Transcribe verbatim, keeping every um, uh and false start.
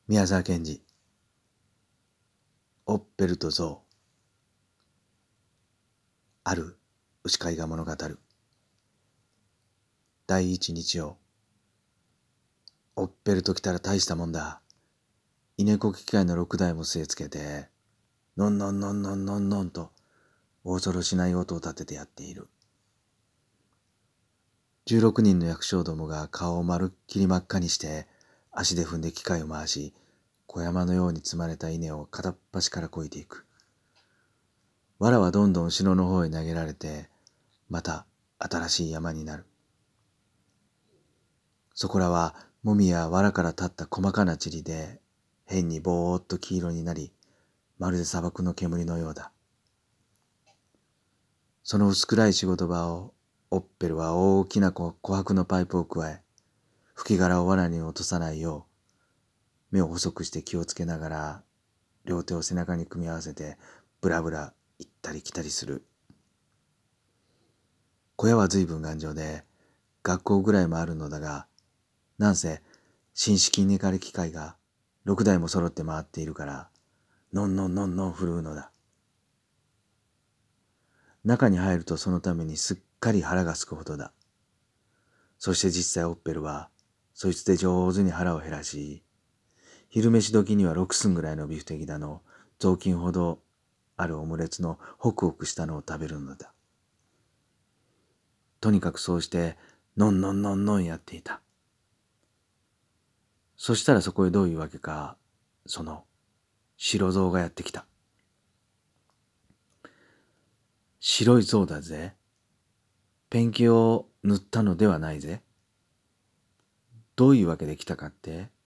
宮沢賢治、オッペルとゾウ、ある牛飼いが物語る。第一日曜、オッペルときたら大したもんだ。稲こき機械の六台も据え付けて、のんのんのんのんのんのんと恐ろしない音を立ててやっている。十六人の役所どもが顔をまるっきり真っ赤にして足で踏んで機械を回し、小山のように積まれた稲を片っ端からこいていく。藁はどんどん後ろの方へ投げられて、また新しい山になる。そこらはもみや藁から立った細かな塵で変にぼーっと黄色になり、まるで砂漠の煙のようだ。その薄暗い仕事場をオッペルは大きな琥珀のパイプを加え、吹き殻を藁に落とさないよう目を細くして気をつけながら、両手を背中に組み合わせてブラブラ行ったり来たりする。小屋は随分頑丈で学校ぐらいもあるのだが、なんせ新式稲刈り機械が六台も揃って回っているから、のんのんのんのん振るうのだ。中に入るとそのためにすっかり腹がすくほどだ。そして実際オッペルはそいつで上手に腹を減らし、昼飯時には六寸ぐらいのビフテキだの雑巾ほどあるオムレツのホクホクしたのを食べるのだ。とにかくそうしてのんのんのんのんやっていた。そしたらそこへどういうわけか、その白象がやってきた。白い象だぜ。ペンキを塗ったのではないぜ。どういうわけで来たかって、